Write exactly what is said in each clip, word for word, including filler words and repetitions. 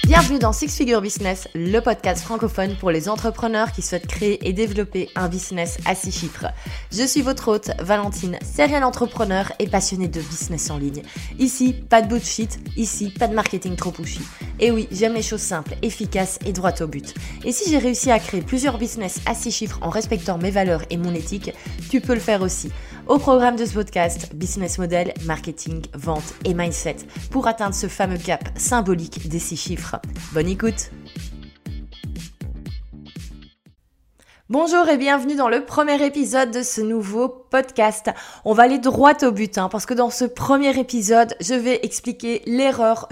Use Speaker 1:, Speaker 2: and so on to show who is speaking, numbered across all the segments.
Speaker 1: Bienvenue dans Six Figure Business, le podcast francophone pour les entrepreneurs qui souhaitent créer et développer un business à six chiffres. Je suis votre hôte, Valentine, serial entrepreneur et passionnée de business en ligne. Ici, pas de bullshit, ici, pas de marketing trop pushy. Et oui, j'aime les choses simples, efficaces et droites au but. Et si j'ai réussi à créer plusieurs business à six chiffres en respectant mes valeurs et mon éthique, tu peux le faire aussi. Au programme de ce podcast, business model, marketing, vente et mindset pour atteindre ce fameux cap symbolique des six chiffres. Bonne écoute! Bonjour et bienvenue dans le premier épisode de ce nouveau podcast. On va aller droit au but hein, parce que dans ce premier épisode, je vais expliquer l'erreur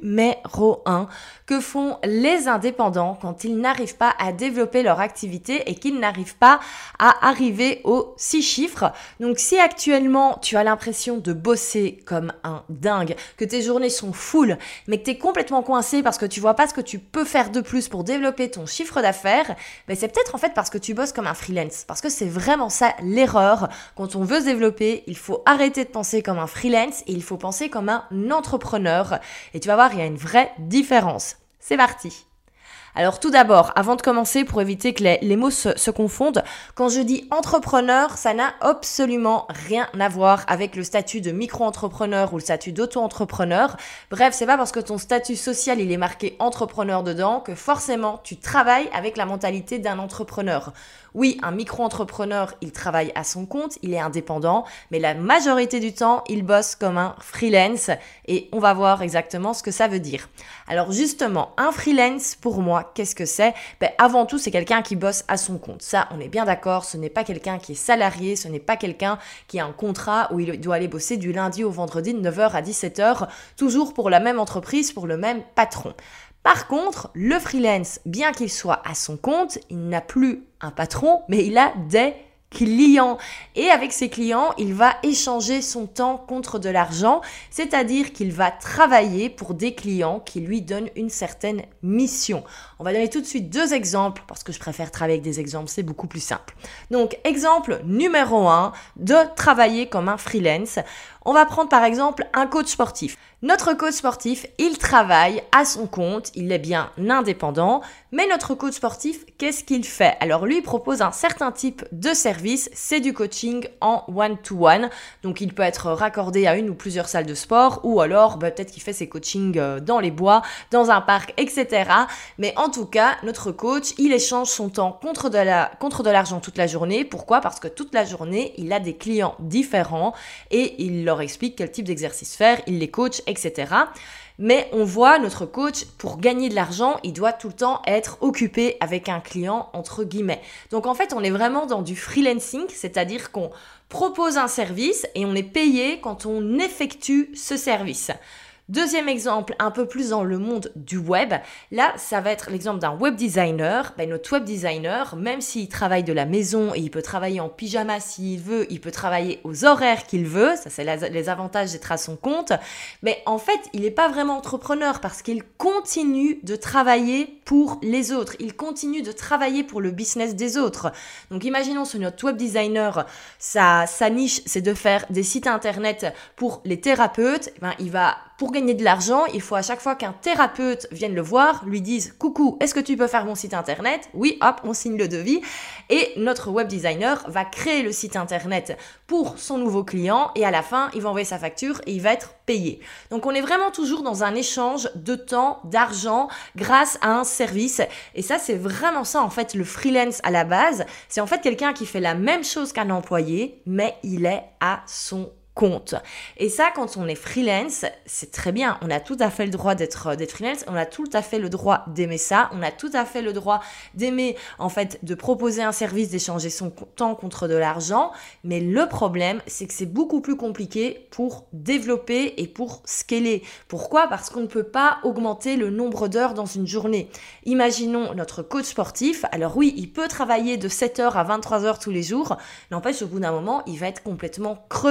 Speaker 1: numéro un que font les indépendants quand ils n'arrivent pas à développer leur activité et qu'ils n'arrivent pas à arriver aux six chiffres. Donc si actuellement tu as l'impression de bosser comme un dingue, que tes journées sont full, mais que tu es complètement coincé parce que tu vois pas ce que tu peux faire de plus pour développer ton chiffre d'affaires, ben c'est peut-être en fait parce que tu bosses comme un freelance. Parce que c'est vraiment ça l'erreur. Quand on veut se développer, il faut arrêter de penser comme un freelance et il faut penser comme un entrepreneur. Et tu vas voir, il y a une vraie différence. C'est parti! Alors tout d'abord, avant de commencer, pour éviter que les, les mots se, se confondent, quand je dis entrepreneur, ça n'a absolument rien à voir avec le statut de micro-entrepreneur ou le statut d'auto-entrepreneur. Bref, c'est pas parce que ton statut social il est marqué entrepreneur dedans que forcément tu travailles avec la mentalité d'un entrepreneur. Oui, un micro-entrepreneur, il travaille à son compte, il est indépendant, mais la majorité du temps, il bosse comme un freelance et on va voir exactement ce que ça veut dire. Alors justement, un freelance, pour moi, qu'est-ce que c'est ? Ben, avant tout, c'est quelqu'un qui bosse à son compte. Ça, on est bien d'accord, ce n'est pas quelqu'un qui est salarié, ce n'est pas quelqu'un qui a un contrat où il doit aller bosser du lundi au vendredi de neuf heures à dix-sept heures, toujours pour la même entreprise, pour le même patron. Par contre, le freelance, bien qu'il soit à son compte, il n'a plus un patron, mais il a des clients. Et avec ses clients, il va échanger son temps contre de l'argent, c'est-à-dire qu'il va travailler pour des clients qui lui donnent une certaine mission. On va donner tout de suite deux exemples, parce que je préfère travailler avec des exemples, c'est beaucoup plus simple. Donc, exemple numéro un, de travailler comme un freelance. On va prendre par exemple un coach sportif. Notre coach sportif, il travaille à son compte, il est bien indépendant, mais notre coach sportif, qu'est-ce qu'il fait ? Alors lui, il propose un certain type de service, c'est du coaching en one-to-one, donc il peut être raccordé à une ou plusieurs salles de sport, ou alors bah, peut-être qu'il fait ses coachings dans les bois, dans un parc, et cetera. Mais en tout cas, notre coach, il échange son temps contre de la, contre de l'argent toute la journée. Pourquoi ? Parce que toute la journée, il a des clients différents et il leur explique quel type d'exercice faire, il les coach, et cetera. Mais on voit notre coach, pour gagner de l'argent, il doit tout le temps être occupé avec un client, entre guillemets. Donc en fait, on est vraiment dans du freelancing, c'est-à-dire qu'on propose un service et on est payé quand on effectue ce service. Deuxième exemple, un peu plus dans le monde du web. Là, ça va être l'exemple d'un web designer. Ben, notre web designer, même s'il travaille de la maison et il peut travailler en pyjama s'il veut, il peut travailler aux horaires qu'il veut. Ça, c'est la, les avantages d'être à son compte. Mais en fait, il n'est pas vraiment entrepreneur parce qu'il continue de travailler pour les autres. Il continue de travailler pour le business des autres. Donc, imaginons sur notre web designer, sa, sa niche, c'est de faire des sites internet pour les thérapeutes. Ben, il va... Pour gagner de l'argent, il faut à chaque fois qu'un thérapeute vienne le voir, lui dise « Coucou, est-ce que tu peux faire mon site internet ?» Oui, hop, on signe le devis. Et notre web designer va créer le site internet pour son nouveau client et à la fin, il va envoyer sa facture et il va être payé. Donc, on est vraiment toujours dans un échange de temps, d'argent grâce à un service. Et ça, c'est vraiment ça, en fait, le freelance à la base. C'est en fait quelqu'un qui fait la même chose qu'un employé, mais il est à son compte. Et ça, quand on est freelance, c'est très bien. On a tout à fait le droit d'être, d'être freelance. On a tout à fait le droit d'aimer ça. On a tout à fait le droit d'aimer, en fait, de proposer un service, d'échanger son temps contre de l'argent. Mais le problème, c'est que c'est beaucoup plus compliqué pour développer et pour scaler. Pourquoi ? Parce qu'on ne peut pas augmenter le nombre d'heures dans une journée. Imaginons notre coach sportif. Alors oui, il peut travailler de sept heures à vingt-trois heures tous les jours. N'empêche, au bout d'un moment, il va être complètement crevé.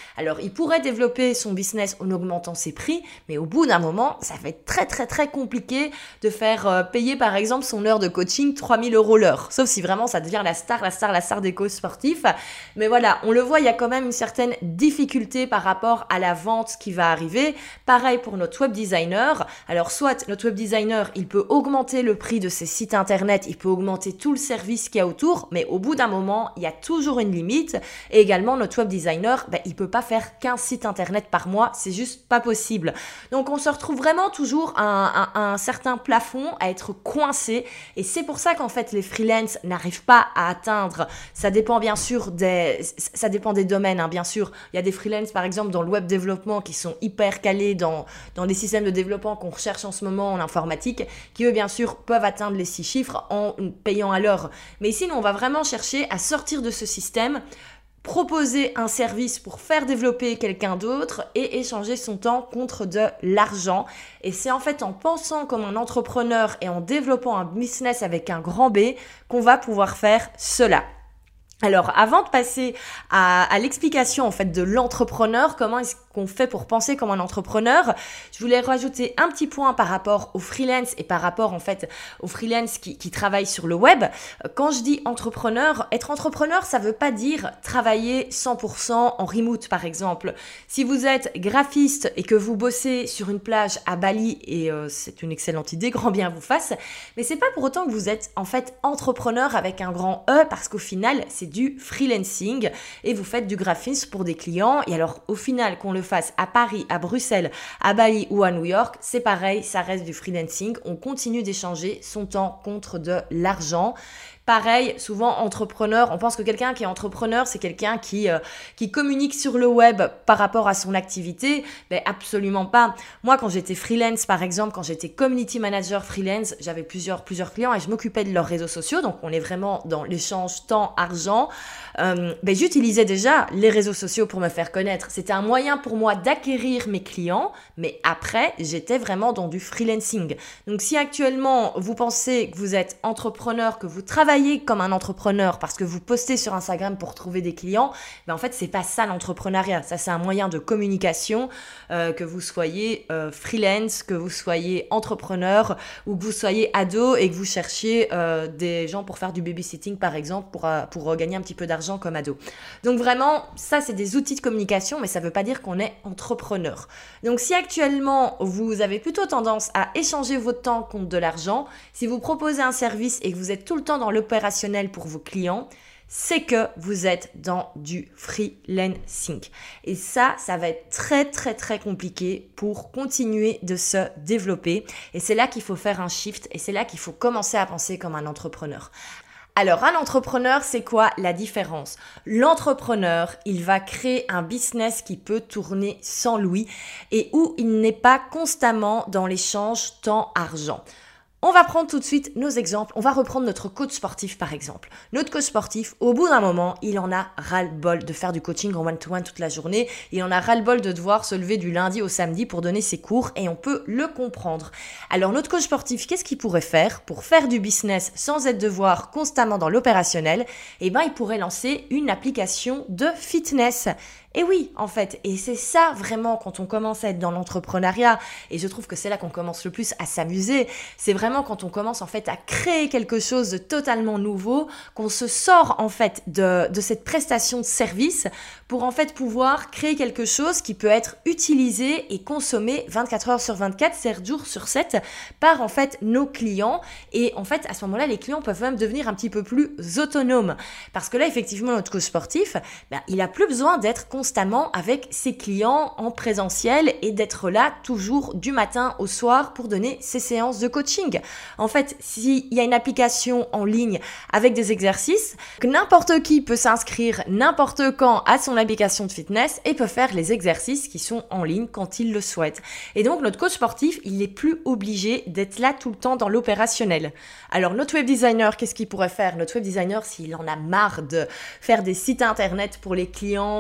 Speaker 1: Alors, il pourrait développer son business en augmentant ses prix, mais au bout d'un moment, ça va être très très très compliqué de faire euh, payer par exemple son heure de coaching trois mille euros l'heure. Sauf si vraiment ça devient la star, la star, la star des coachs sportifs. Mais voilà, on le voit, il y a quand même une certaine difficulté par rapport à la vente qui va arriver. Pareil pour notre web designer. Alors, soit notre web designer, il peut augmenter le prix de ses sites internet, il peut augmenter tout le service qu'il y a autour, mais au bout d'un moment, il y a toujours une limite. Et également, notre web designer, ben, il peut pas faire quinze sites internet par mois, c'est juste pas possible. Donc, on se retrouve vraiment toujours à un, à un certain plafond, à être coincé. Et c'est pour ça qu'en fait, les freelances n'arrivent pas à atteindre. Ça dépend bien sûr des, ça dépend des domaines, hein, bien sûr. Il y a des freelances, par exemple, dans le web développement qui sont hyper calés dans, dans les systèmes de développement qu'on recherche en ce moment en informatique, qui eux, bien sûr, peuvent atteindre les six chiffres en payant à l'heure. Mais ici, nous, on va vraiment chercher à sortir de ce système, proposer un service pour faire développer quelqu'un d'autre et échanger son temps contre de l'argent. Et c'est en fait en pensant comme un entrepreneur et en développant un business avec un grand B qu'on va pouvoir faire cela. Alors, avant de passer à, à l'explication en fait de l'entrepreneur, comment est-ce qu'on fait pour penser comme un entrepreneur, je voulais rajouter un petit point par rapport aux freelance et par rapport en fait aux freelance qui, qui travaillent sur le web. Quand je dis entrepreneur, être entrepreneur, ça veut pas dire travailler cent pour cent en remote par exemple. Si vous êtes graphiste et que vous bossez sur une plage à Bali, et euh, c'est une excellente idée, grand bien vous fasse, mais c'est pas pour autant que vous êtes en fait entrepreneur avec un grand E, parce qu'au final, c'est du freelancing et vous faites du graphisme pour des clients. Et alors au final, qu'on le fasse à Paris, à Bruxelles, à Bali ou à New York, c'est pareil, ça reste du freelancing. On continue d'échanger son temps contre de l'argent. Pareil, souvent entrepreneur, on pense que quelqu'un qui est entrepreneur, c'est quelqu'un qui euh, qui communique sur le web par rapport à son activité. Ben absolument pas. Moi, quand j'étais freelance, par exemple, quand j'étais community manager freelance, j'avais plusieurs plusieurs clients et je m'occupais de leurs réseaux sociaux. Donc, on est vraiment dans l'échange temps-argent. Euh, ben j'utilisais déjà les réseaux sociaux pour me faire connaître. C'était un moyen pour moi d'acquérir mes clients, mais après, j'étais vraiment dans du freelancing. Donc, si actuellement vous pensez que vous êtes entrepreneur, que vous travaillez comme un entrepreneur parce que vous postez sur Instagram pour trouver des clients, mais en fait c'est pas ça l'entrepreneuriat. Ça, c'est un moyen de communication, euh, que vous soyez euh, freelance, que vous soyez entrepreneur ou que vous soyez ado et que vous cherchiez euh, des gens pour faire du babysitting par exemple, pour, euh, pour gagner un petit peu d'argent comme ado. Donc vraiment, ça c'est des outils de communication, mais ça veut pas dire qu'on est entrepreneur. Donc si actuellement vous avez plutôt tendance à échanger votre temps contre de l'argent, si vous proposez un service et que vous êtes tout le temps dans l'opérationnel pour vos clients, c'est que vous êtes dans du freelancing. Et ça, ça va être très très très compliqué pour continuer de se développer. Et c'est là qu'il faut faire un shift et c'est là qu'il faut commencer à penser comme un entrepreneur. Alors, un entrepreneur, c'est quoi la différence? L'entrepreneur, il va créer un business qui peut tourner sans lui et où il n'est pas constamment dans l'échange temps-argent. On va prendre tout de suite nos exemples. On va reprendre notre coach sportif par exemple. Notre coach sportif, au bout d'un moment, il en a ras-le-bol de faire du coaching en one-to-one toute la journée. Il en a ras-le-bol de devoir se lever du lundi au samedi pour donner ses cours et on peut le comprendre. Alors notre coach sportif, qu'est-ce qu'il pourrait faire pour faire du business sans être devoir constamment dans l'opérationnel? Eh ben, il pourrait lancer une application de fitness. Et oui, en fait, et c'est ça vraiment quand on commence à être dans l'entrepreneuriat, et je trouve que c'est là qu'on commence le plus à s'amuser, c'est vraiment quand on commence en fait à créer quelque chose de totalement nouveau, qu'on se sort en fait de, de cette prestation de service pour en fait pouvoir créer quelque chose qui peut être utilisé et consommé vingt-quatre heures sur vingt-quatre, sept jours sur sept par en fait nos clients. Et en fait, à ce moment-là, les clients peuvent même devenir un petit peu plus autonomes. Parce que là, effectivement, notre coach sportif, ben, il a plus besoin d'être constamment avec ses clients en présentiel et d'être là toujours du matin au soir pour donner ses séances de coaching. En fait, s'il y a une application en ligne avec des exercices, que n'importe qui peut s'inscrire n'importe quand à son application de fitness et peut faire les exercices qui sont en ligne quand il le souhaite. Et donc, notre coach sportif, il n'est plus obligé d'être là tout le temps dans l'opérationnel. Alors, notre web designer, qu'est-ce qu'il pourrait faire? Notre web designer, s'il en a marre de faire des sites internet pour les clients et euh,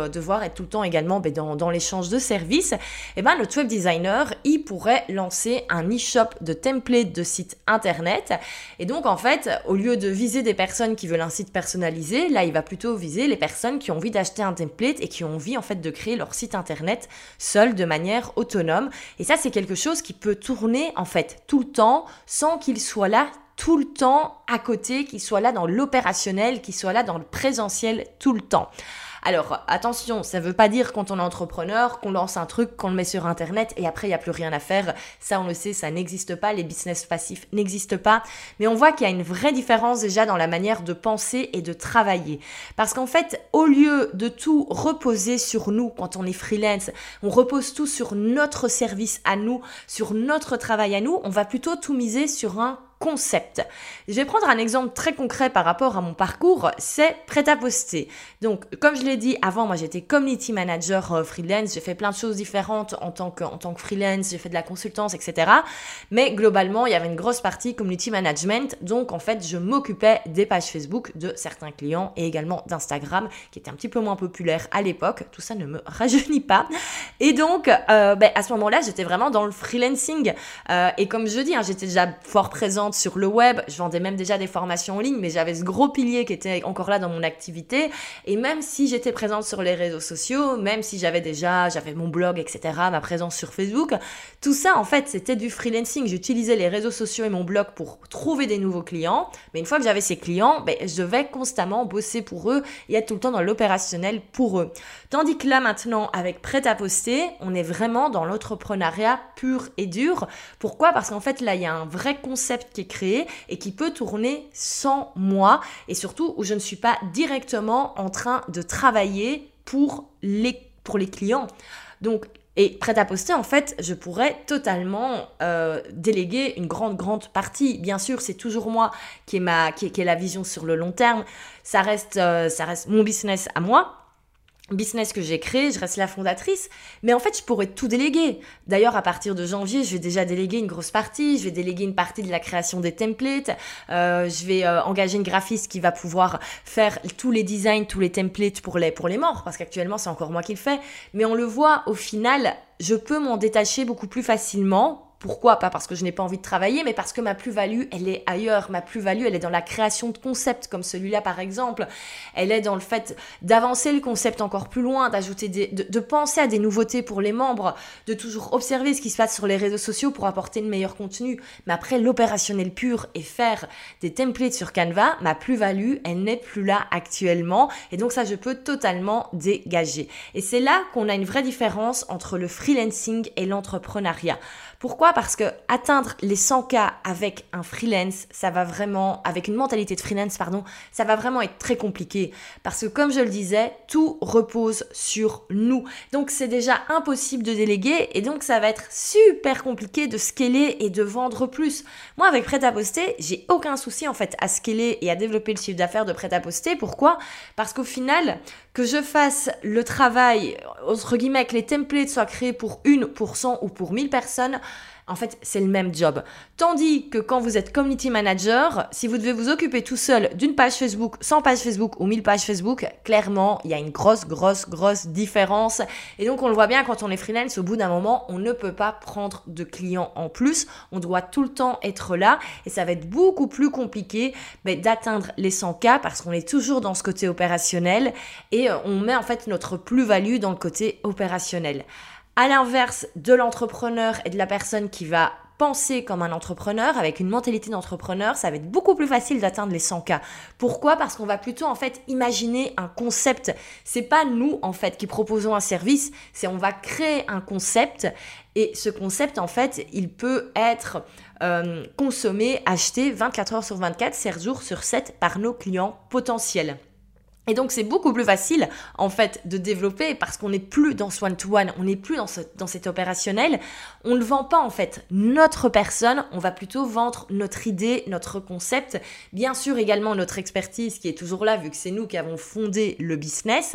Speaker 1: euh, devoir être tout le temps également ben, dans, dans l'échange de services, eh ben, notre web designer, il pourrait lancer un e-shop de templates de site internet. Et donc, en fait, au lieu de viser des personnes qui veulent un site personnalisé, là, il va plutôt viser les personnes qui ont envie d'acheter un template et qui ont envie, en fait, de créer leur site internet seul, de manière autonome. Et ça, c'est quelque chose qui peut tourner, en fait, tout le temps, sans qu'il soit là tout le temps à côté, qu'il soit là dans l'opérationnel, qu'il soit là dans le présentiel tout le temps. Alors, attention, ça ne veut pas dire quand on est entrepreneur, qu'on lance un truc, qu'on le met sur Internet et après, il n'y a plus rien à faire. Ça, on le sait, ça n'existe pas. Les business passifs n'existent pas. Mais on voit qu'il y a une vraie différence déjà dans la manière de penser et de travailler. Parce qu'en fait, au lieu de tout reposer sur nous quand on est freelance, on repose tout sur notre service à nous, sur notre travail à nous, on va plutôt tout miser sur un concept. Je vais prendre un exemple très concret par rapport à mon parcours, c'est prêt-à-poster. Donc, comme je l'ai dit avant, moi j'étais community manager euh, freelance, j'ai fait plein de choses différentes en tant que, en tant que freelance, j'ai fait de la consultance, et cetera. Mais globalement, il y avait une grosse partie community management, donc en fait, je m'occupais des pages Facebook de certains clients et également d'Instagram, qui était un petit peu moins populaire à l'époque. Tout ça ne me rajeunit pas. Et donc, euh, ben, à ce moment-là, j'étais vraiment dans le freelancing. Euh, et comme je dis, hein, j'étais déjà fort présente sur le web, je vendais même déjà des formations en ligne, mais j'avais ce gros pilier qui était encore là dans mon activité. Et même si j'étais présente sur les réseaux sociaux, même si j'avais déjà, j'avais mon blog, et cetera, ma présence sur Facebook, tout ça, en fait, c'était du freelancing. J'utilisais les réseaux sociaux et mon blog pour trouver des nouveaux clients. Mais une fois que j'avais ces clients, ben, je devais constamment bosser pour eux et être tout le temps dans l'opérationnel pour eux. Tandis que là, maintenant, avec Prêt-à-Poster, on est vraiment dans l'entrepreneuriat pur et dur. Pourquoi ? Parce qu'en fait, là, il y a un vrai concept qui est créé et qui peut tourner sans moi et surtout où je ne suis pas directement en train de travailler pour les, pour les clients. Donc, et Prêt-à-Poster, en fait, je pourrais totalement euh, déléguer une grande, grande partie. Bien sûr, c'est toujours moi qui ai, ma, qui, qui ai la vision sur le long terme. Ça reste, euh, ça reste mon business à moi. Business que j'ai créé, je reste la fondatrice, mais en fait, je pourrais tout déléguer. D'ailleurs, à partir de janvier, je vais déjà déléguer une grosse partie, je vais déléguer une partie de la création des templates, euh, je vais euh, engager une graphiste qui va pouvoir faire tous les designs, tous les templates pour les, pour les membres, parce qu'actuellement, c'est encore moi qui le fais, mais on le voit, au final, je peux m'en détacher beaucoup plus facilement. Pourquoi ? Pas parce que je n'ai pas envie de travailler, mais parce que ma plus-value, elle est ailleurs. Ma plus-value, elle est dans la création de concepts, comme celui-là par exemple. Elle est dans le fait d'avancer le concept encore plus loin, d'ajouter des, de, de penser à des nouveautés pour les membres, de toujours observer ce qui se passe sur les réseaux sociaux pour apporter le meilleur contenu. Mais après, l'opérationnel pur et faire des templates sur Canva, ma plus-value, elle n'est plus là actuellement. Et donc ça, je peux totalement dégager. Et c'est là qu'on a une vraie différence entre le freelancing et l'entrepreneuriat. Pourquoi ? Parce que atteindre les cent K avec un freelance, ça va vraiment, avec une mentalité de freelance, pardon, ça va vraiment être très compliqué. Parce que comme je le disais, tout repose sur nous. Donc c'est déjà impossible de déléguer et donc ça va être super compliqué de scaler et de vendre plus. Moi, avec Prêt-à-Poster, j'ai aucun souci en fait à scaler et à développer le chiffre d'affaires de Prêt-à-Poster. Pourquoi ? Parce qu'au final, que je fasse le travail, entre guillemets, que les templates soient créés pour une, pour cent ou pour mille personnes, en fait, c'est le même job. Tandis que quand vous êtes community manager, si vous devez vous occuper tout seul d'une page Facebook, cent pages Facebook ou mille pages Facebook, clairement, il y a une grosse, grosse, grosse différence. Et donc, on le voit bien quand on est freelance, au bout d'un moment, on ne peut pas prendre de clients en plus. On doit tout le temps être là et ça va être beaucoup plus compliqué ben, d'atteindre les cent K parce qu'on est toujours dans ce côté opérationnel et on met en fait notre plus-value dans le côté opérationnel. À l'inverse de l'entrepreneur et de la personne qui va penser comme un entrepreneur, avec une mentalité d'entrepreneur, ça va être beaucoup plus facile d'atteindre les cent K. Pourquoi ? Parce qu'on va plutôt en fait imaginer un concept. C'est pas nous en fait qui proposons un service, c'est on va créer un concept et ce concept en fait, il peut être euh, consommé, acheté vingt-quatre heures sur vingt-quatre, sept jours sur sept par nos clients potentiels. Et donc, c'est beaucoup plus facile, en fait, de développer parce qu'on n'est plus dans ce one-to-one, on n'est plus dans, ce, dans cet opérationnel. On ne vend pas, en fait, notre personne, on va plutôt vendre notre idée, notre concept. Bien sûr, également, notre expertise qui est toujours là, vu que c'est nous qui avons fondé le business.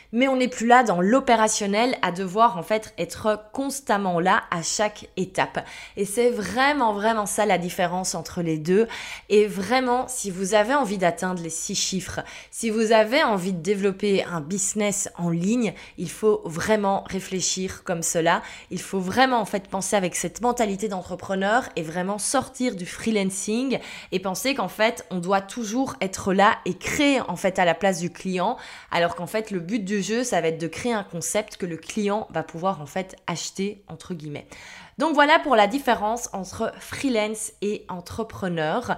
Speaker 1: mais on n'est plus là dans l'opérationnel à devoir en fait être constamment là à chaque étape. Et c'est vraiment vraiment ça la différence entre les deux. Et vraiment, si vous avez envie d'atteindre les six chiffres, si vous avez envie de développer un business en ligne, il faut vraiment réfléchir comme cela. Il faut vraiment en fait penser avec cette mentalité d'entrepreneur et vraiment sortir du freelancing et penser qu'en fait on doit toujours être là et créer en fait à la place du client, alors qu'en fait le but du jeu ça va être de créer un concept que le client va pouvoir en fait acheter entre guillemets. Donc voilà pour la différence entre freelance et entrepreneur.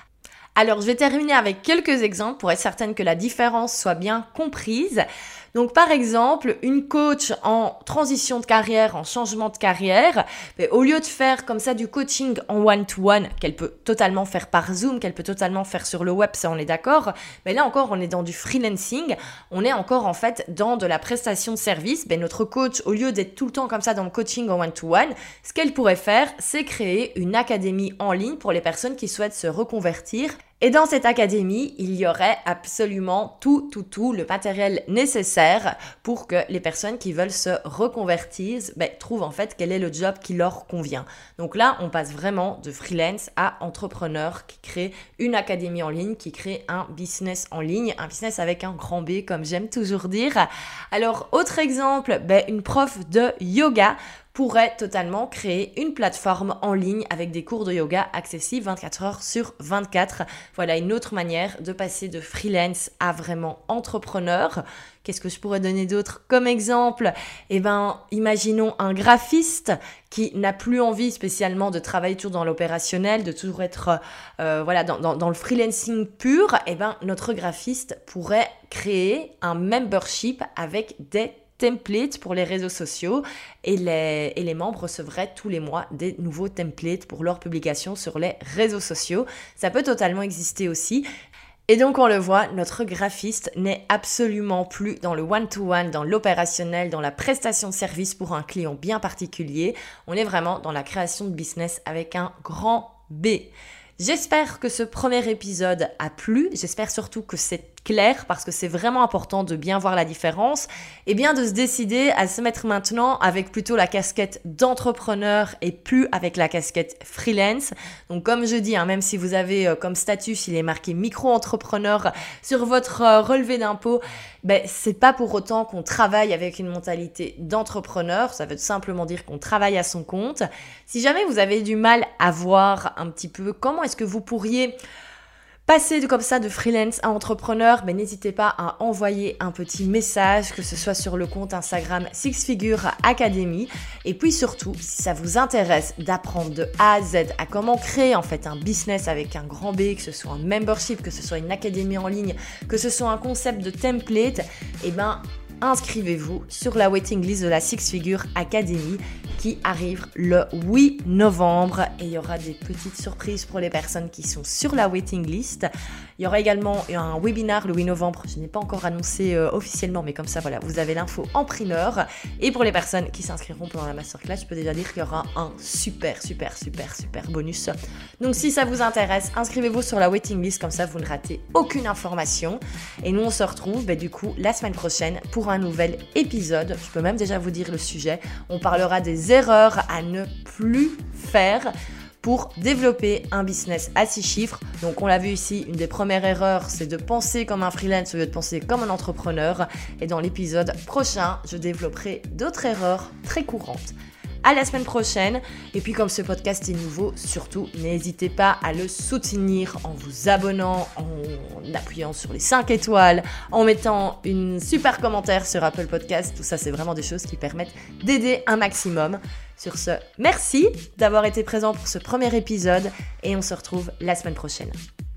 Speaker 1: Alors je vais terminer avec quelques exemples pour être certaine que la différence soit bien comprise. Donc par exemple, une coach en transition de carrière, en changement de carrière, mais au lieu de faire comme ça du coaching en one-to-one, qu'elle peut totalement faire par Zoom, qu'elle peut totalement faire sur le web, ça on est d'accord, mais là encore on est dans du freelancing, on est encore en fait dans de la prestation de service. Ben, notre coach, au lieu d'être tout le temps comme ça dans le coaching en one-to-one, ce qu'elle pourrait faire, c'est créer une académie en ligne pour les personnes qui souhaitent se reconvertir. Et dans cette académie, il y aurait absolument tout, tout, tout le matériel nécessaire pour que les personnes qui veulent se reconvertir ben, trouvent en fait quel est le job qui leur convient. Donc là, on passe vraiment de freelance à entrepreneur qui crée une académie en ligne, qui crée un business en ligne, un business avec un grand B comme j'aime toujours dire. Alors, autre exemple, ben, une prof de yoga pourrait totalement créer une plateforme en ligne avec des cours de yoga accessibles vingt-quatre heures sur vingt-quatre. Voilà une autre manière de passer de freelance à vraiment entrepreneur. Qu'est-ce que je pourrais donner d'autre comme exemple ? Eh ben, imaginons un graphiste qui n'a plus envie spécialement de travailler toujours dans l'opérationnel, de toujours être euh, voilà, dans, dans, dans le freelancing pur. Eh ben, notre graphiste pourrait créer un membership avec des templates pour les réseaux sociaux et les, et les membres recevraient tous les mois des nouveaux templates pour leur publication sur les réseaux sociaux. Ça peut totalement exister aussi. Et donc on le voit, notre graphiste n'est absolument plus dans le one-to-one, dans l'opérationnel, dans la prestation de service pour un client bien particulier. On est vraiment dans la création de business avec un grand B. J'espère que ce premier épisode a plu. J'espère surtout que c'est clair parce que c'est vraiment important de bien voir la différence et bien de se décider à se mettre maintenant avec plutôt la casquette d'entrepreneur et plus avec la casquette freelance. Donc comme je dis, hein, même si vous avez euh, comme statut, s'il est marqué micro-entrepreneur sur votre euh, relevé d'impôt, ben, c'est pas pour autant qu'on travaille avec une mentalité d'entrepreneur. Ça veut simplement dire qu'on travaille à son compte. Si jamais vous avez du mal à voir un petit peu comment est-ce que vous pourriez passer de, comme ça de freelance à entrepreneur, mais n'hésitez pas à envoyer un petit message, que ce soit sur le compte Instagram Six Figure Academy. Et puis surtout, si ça vous intéresse d'apprendre de A à Z à comment créer en fait un business avec un grand B, que ce soit un membership, que ce soit une académie en ligne, que ce soit un concept de template, eh ben inscrivez-vous sur la waiting list de la Six Figure Academy qui arrive le huit novembre et il y aura des petites surprises pour les personnes qui sont sur la waiting list. Il y aura également un webinar le huit novembre, je n'ai pas encore annoncé euh, officiellement, mais comme ça voilà, vous avez l'info en primeur. Et pour les personnes qui s'inscriront pendant la masterclass, je peux déjà dire qu'il y aura un super super super super bonus. Donc si ça vous intéresse, inscrivez-vous sur la waiting list, comme ça vous ne ratez aucune information. Et nous on se retrouve bah, du coup la semaine prochaine pour un nouvel épisode. Je peux même déjà vous dire le sujet. On parlera des erreurs à ne plus faire pour développer un business à six chiffres. Donc on l'a vu ici, une des premières erreurs, c'est de penser comme un freelance au lieu de penser comme un entrepreneur. Et dans l'épisode prochain, je développerai d'autres erreurs très courantes. À la semaine prochaine. Et puis comme ce podcast est nouveau, surtout n'hésitez pas à le soutenir en vous abonnant, en appuyant sur les cinq étoiles, en mettant une super commentaire sur Apple Podcast. Tout ça, c'est vraiment des choses qui permettent d'aider un maximum. Sur ce, merci d'avoir été présent pour ce premier épisode et on se retrouve la semaine prochaine.